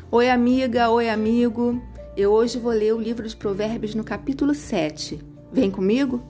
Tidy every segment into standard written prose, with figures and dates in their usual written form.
Oi amiga, oi amigo. Eu hoje vou ler o livro de Provérbios no capítulo 7. Vem comigo?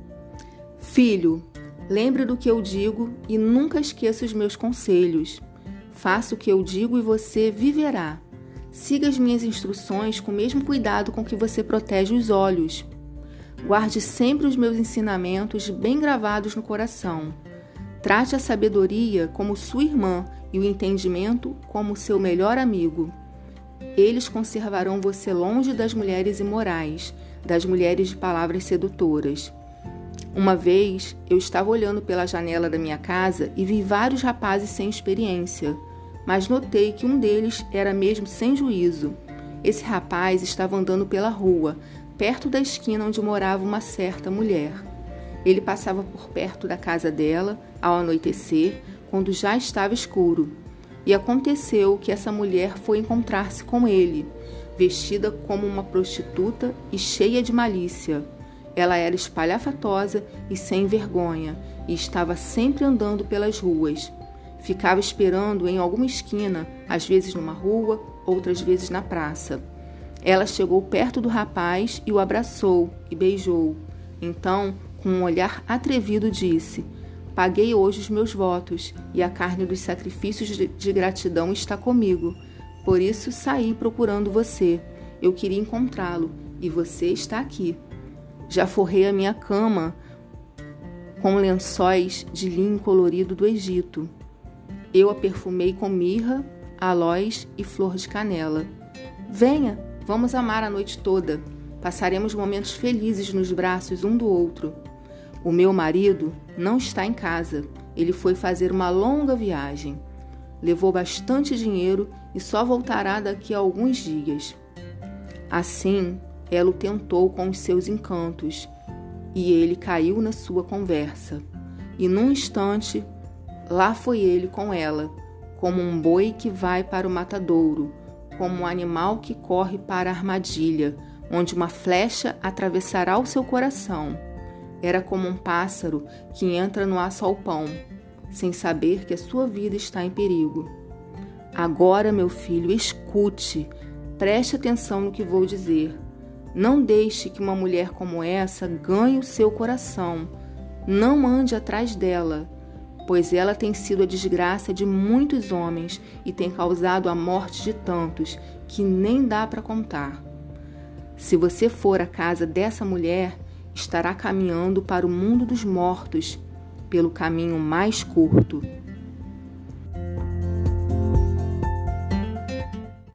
Filho, lembre do que eu digo e nunca esqueça os meus conselhos. Faça o que eu digo e você viverá. Siga as minhas instruções com o mesmo cuidado com que você protege os olhos. Guarde sempre os meus ensinamentos bem gravados no coração. Trate a sabedoria como sua irmã e o entendimento como seu melhor amigo. Eles conservarão você longe das mulheres imorais, das mulheres de palavras sedutoras. Uma vez, eu estava olhando pela janela da minha casa e vi vários rapazes sem experiência, mas notei que um deles era mesmo sem juízo. Esse rapaz estava andando pela rua, perto da esquina onde morava uma certa mulher. Ele passava por perto da casa dela, ao anoitecer, quando já estava escuro. E aconteceu que essa mulher foi encontrar-se com ele, vestida como uma prostituta e cheia de malícia. Ela era espalhafatosa e sem vergonha, e estava sempre andando pelas ruas. Ficava esperando em alguma esquina, às vezes numa rua, outras vezes na praça. Ela chegou perto do rapaz e o abraçou e beijou. Então, com um olhar atrevido, disse: "Paguei hoje os meus votos, e a carne dos sacrifícios de gratidão está comigo. Por isso saí procurando você. Eu queria encontrá-lo, e você está aqui. Já forrei a minha cama com lençóis de linho colorido do Egito. Eu a perfumei com mirra, aloés e flor de canela. Venha, vamos amar a noite toda. Passaremos momentos felizes nos braços um do outro. O meu marido não está em casa. Ele foi fazer uma longa viagem. Levou bastante dinheiro e só voltará daqui a alguns dias." Assim, ela o tentou com os seus encantos, e ele caiu na sua conversa. E num instante, lá foi ele com ela, como um boi que vai para o matadouro, como um animal que corre para a armadilha, onde uma flecha atravessará o seu coração. Era como um pássaro que entra no açoupão, sem saber que a sua vida está em perigo. Agora, meu filho, escute, preste atenção no que vou dizer. Não deixe que uma mulher como essa ganhe o seu coração. Não ande atrás dela, pois ela tem sido a desgraça de muitos homens e tem causado a morte de tantos que nem dá para contar. Se você for à casa dessa mulher, estará caminhando para o mundo dos mortos, pelo caminho mais curto.